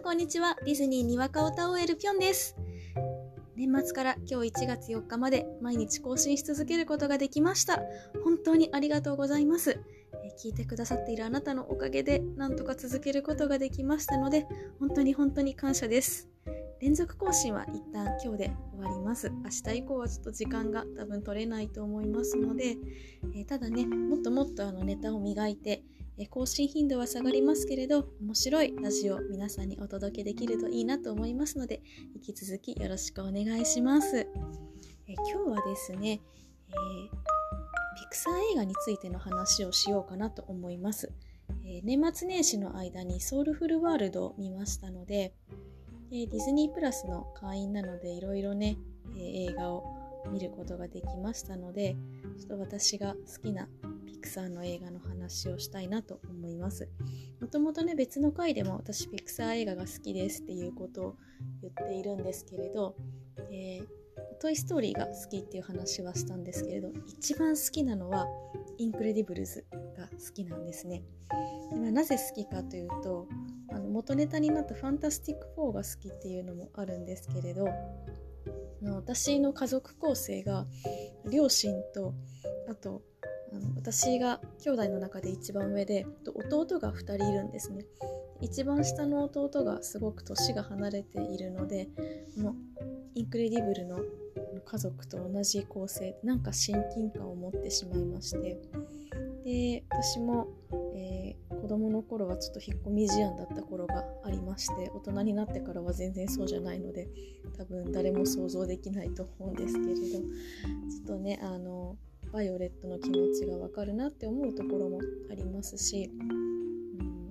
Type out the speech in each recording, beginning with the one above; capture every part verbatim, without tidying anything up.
こんにちは。ディズニーにわかをたおえるぴょんです。年末から今日いちがつよっかまで毎日更新し続けることができました。本当にありがとうございます。聞いてくださっているあなたのおかげでなんとか続けることができましたので、本当に本当に感謝です。連続更新は一旦今日で終わります。明日以降はちょっと時間が多分取れないと思いますので、えー、ただね、もっともっとあのネタを磨いて、えー、更新頻度は下がりますけれど、面白いラジオを皆さんにお届けできるといいなと思いますので、引き続きよろしくお願いします。えー、今日はですね、えー、ピクサー映画についての話をしようかなと思います。えー、年末年始の間にソウルフルワールドを見ましたので、ディズニープラスの会員なのでいろいろね、えー、映画を見ることができましたので、ちょっと私が好きなピクサーの映画の話をしたいなと思います。もともとね、別の回でも私ピクサー映画が好きですっていうことを言っているんですけれど、えー、トイストーリーが好きっていう話はしたんですけれど、一番好きなのはインクレディブルズが好きなんですね。で、まあ、なぜ好きかというと、あの元ネタになったファンタスティックフォーが好きっていうのもあるんですけれど、私の家族構成が両親と、あとあの私が兄弟の中で一番上で弟がふたりいるんですね。一番下の弟がすごく年が離れているので、このインクレディブルの家族と同じ構成、なんか親近感を持ってしまいまして、で私も、えー、子供の頃はちょっと引っ込み思案だった頃がありまして、大人になってからは全然そうじゃないので、多分誰も想像できないと思うんですけれど、ちょっとね、あのバイオレットの気持ちがわかるなって思うところもありますし、うん、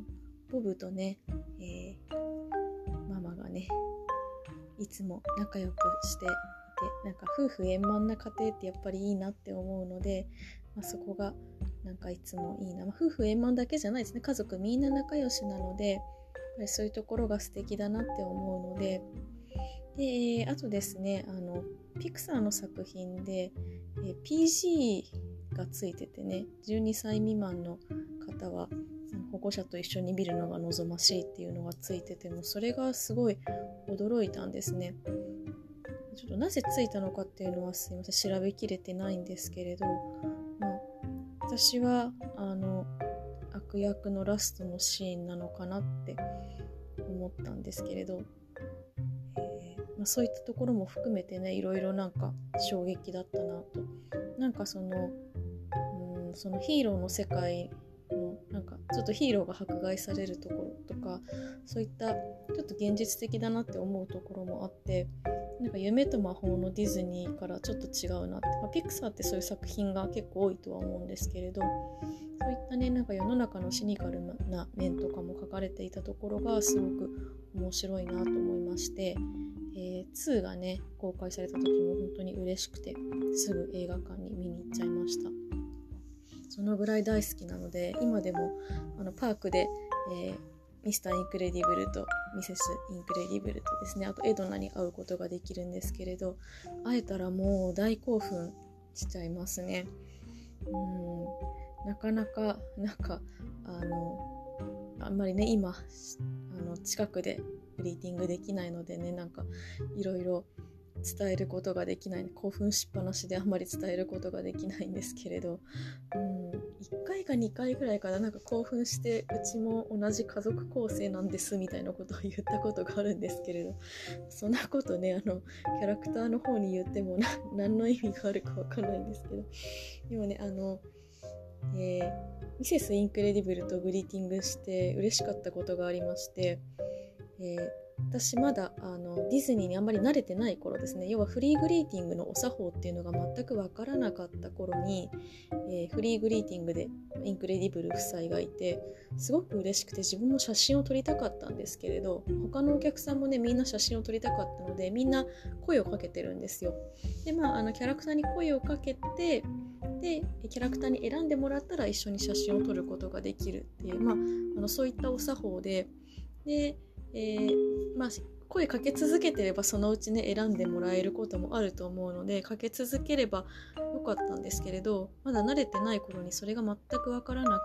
ボブとね、えー、ママがねいつも仲良くしていて、なんか夫婦円満な家庭ってやっぱりいいなって思うので、まあ、そこがなんかいつもいいな、まあ、夫婦円満だけじゃないですね、家族みんな仲良しなので、やっぱりそういうところが素敵だなって思うので、であとですね、あのピクサーの作品でえ ピージー がついててね、じゅうにさい未満の方は保護者と一緒に見るのが望ましいっていうのがついてて、もそれがすごい驚いたんですね。ちょっとなぜついたのかっていうのはすいません、調べきれてないんですけれど、まあ、私はあの悪役のラストのシーンなのかなって思ったんですけれど、えーまあ、そういったところも含めてね、いろいろなんか衝撃だったなと。なんかその、うん、そのヒーローの世界のなんかちょっとヒーローが迫害されるところとか、そういったちょっと現実的だなって思うところもあって、なんか夢と魔法のディズニーからちょっと違うなって、まあ、ピクサーってそういう作品が結構多いとは思うんですけれど、そういったね、なんか世の中のシニカルな面とかも書かれていたところがすごく面白いなと思いまして、えー、ツーがね公開された時も本当に嬉しくて、すぐ映画館に見に行っちゃいました。そのぐらい大好きなので、今でもあのパークで、えー、ミスターインクレディブルとミセスインクレディブルとですね、あとエドナに会うことができるんですけれど、会えたらもう大興奮しちゃいますね。うん、なかなかなんかあのあんまりね今あの近くでグリーティングできないのでね、なんかいろいろ伝えることができない、興奮しっぱなしであんまり伝えることができないんですけれど、うん、いっかいかにかいぐらいからなんか興奮して、うちも同じ家族構成なんですみたいなことを言ったことがあるんですけれど、そんなことね、あのキャラクターの方に言ってもな何の意味があるかわかんないんですけど、でもね、あの、えー、ミセスインクレディブルとグリーティングして嬉しかったことがありまして、えー私まだあのディズニーにあんまり慣れてない頃ですね、要はフリーグリーティングのお作法っていうのが全く分からなかった頃に、えー、フリーグリーティングでインクレディブル夫妻がいて、すごく嬉しくて自分も写真を撮りたかったんですけれど、他のお客さんもねみんな写真を撮りたかったので、みんな声をかけてるんですよ。で、まあ、あのキャラクターに声をかけて、でキャラクターに選んでもらったら一緒に写真を撮ることができるっていう、まあ、あのそういったお作法で、でえーまあ、 声かけ続けてればそのうちね選んでもらえることもあると思うので、かけ続ければよかったんですけれど、まだ慣れてない頃にそれが全く分からなくって、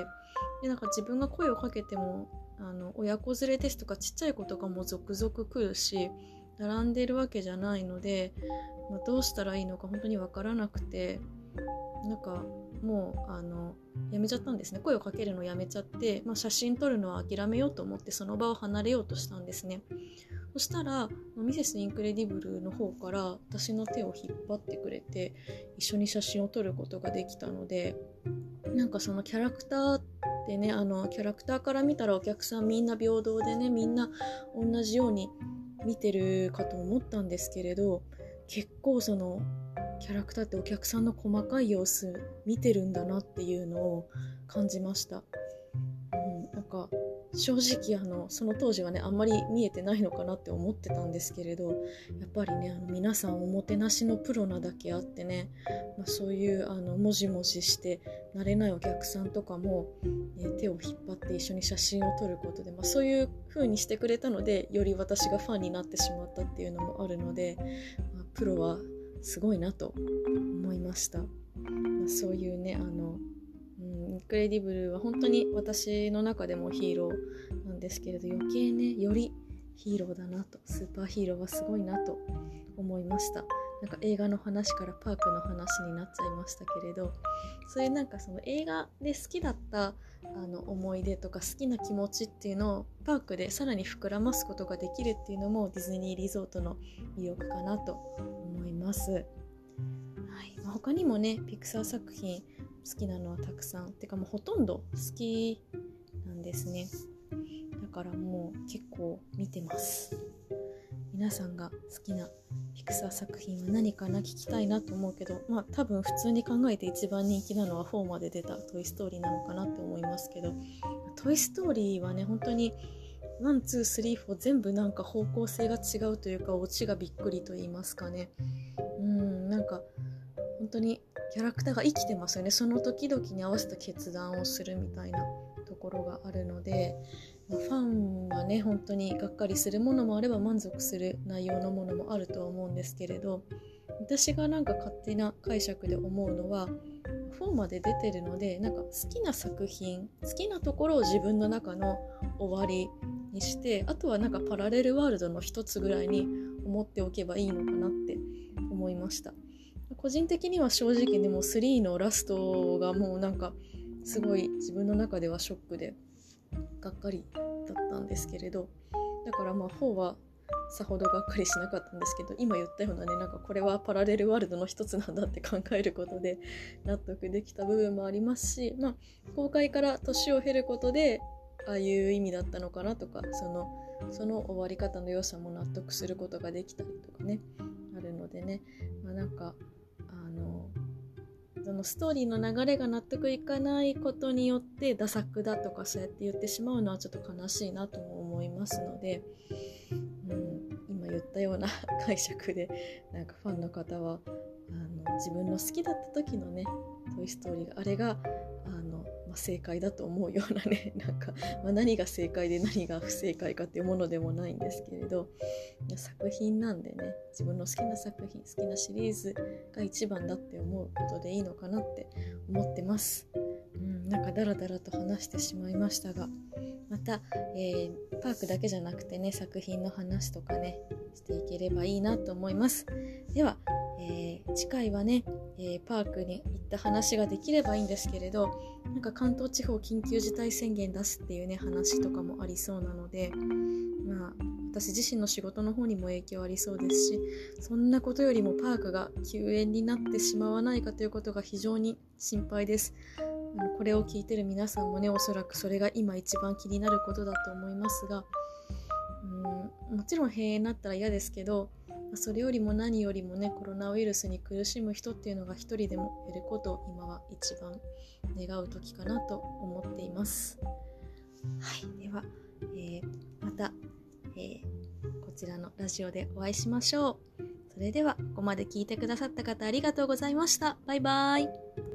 でなんか自分が声をかけてもあの親子連れですとかちっちゃい子とかも続々来るし、並んでるわけじゃないので、まあ、どうしたらいいのか本当に分からなくて、なんかもうあのやめちゃったんですね。声をかけるのをやめちゃって、まあ、写真撮るのは諦めようと思ってその場を離れようとしたんですね。そしたらミセスインクレディブルの方から私の手を引っ張ってくれて一緒に写真を撮ることができたので、なんかそのキャラクターってね、あのキャラクターから見たらお客さんみんな平等でね、みんな同じように見てるかと思ったんですけれど、結構そのキャラクターってお客さんの細かい様子見てるんだなっていうのを感じました。うん、なんか正直あのその当時はねあんまり見えてないのかなって思ってたんですけれど、やっぱりねあの皆さんおもてなしのプロなだけあってね、まあ、そういうあのもじもじして慣れないお客さんとかも、ね、手を引っ張って一緒に写真を撮ることで、まあ、そういう風にしてくれたのでより私がファンになってしまったっていうのもあるので、まあ、プロはすごいなと思いました。まあ、そういうねあのインクレディブルは本当に私の中でもヒーローなんですけれど、余計ねよりヒーローだなと、スーパーヒーローはすごいなと思いました。なんか映画の話からパークの話になっちゃいましたけれど、そういうなんかその映画で好きだったあの思い出とか好きな気持ちっていうのをパークでさらに膨らますことができるっていうのもディズニーリゾートの魅力かなと思います。はい、まあ、他にもねピクサー作品好きなのはたくさん、てかもうほとんど好きなんですね。だからもう結構見てます。皆さんが好きなピクサー作品は何かな、聞きたいなと思うけど、まあ多分普通に考えて一番人気なのはフォーまで出たトイストーリーなのかなって思いますけど、トイストーリーはね本当にワン、ツー、スリー、フォー全部なんか方向性が違うというか、オチがびっくりと言いますかね。うん、なんか本当にキャラクターが生きてますよね。その時々に合わせた決断をするみたいなところがあるので、ファンはね本当にがっかりするものもあれば満足する内容のものもあるとは思うんですけれど、私がなんか勝手な解釈で思うのはフォーまで出てるので、なんか好きな作品好きなところを自分の中の終わりにして、あとはなんかパラレルワールドの一つぐらいに思っておけばいいのかなって思いました。個人的には正直でもスリーのラストがもうなんかすごい自分の中ではショックでがっかりだったんですけれど、だからまあフォーはさほどがっかりしなかったんですけど、今言ったようなねなんかこれはパラレルワールドの一つなんだって考えることで納得できた部分もありますし、まあ公開から年を経ることでああいう意味だったのかなとか、そのその終わり方の良さも納得することができたりとかねあるのでね、まあなんかあのそのストーリーの流れが納得いかないことによってダ作だとかそうやって言ってしまうのはちょっと悲しいなとも思いますので、うん、今言ったような解釈でなんかファンの方はあの自分の好きだった時のねトイストーリーがあれがあの、まあ、正解だと思うようなねなんか、まあ、何が正解で何が不正解かっていうものでもないんですけれど、作品なんでね自分の好きな作品好きなシリーズが一番だって思うことでいいのかなって思ってます。うん、なんかダラダラと話してしまいましたが、また、えー、パークだけじゃなくてね作品の話とかねしていければいいなと思います。では、えー、次回はね、えー、パークに行った話ができればいいんですけれど、なんか関東地方緊急事態宣言出すっていうね話とかもありそうなので、まあ私自身の仕事の方にも影響ありそうですし、そんなことよりもパークが休園になってしまわないかということが非常に心配です。これを聞いてる皆さんもねおそらくそれが今一番気になることだと思いますが、うん、もちろん閉園になったら嫌ですけど、それよりも何よりもねコロナウイルスに苦しむ人っていうのが一人でも減ることを今は一番願う時かなと思っています。はい、では、えー、また、えー、こちらのラジオでお会いしましょう。それではここまで聞いてくださった方ありがとうございました。バイバイ。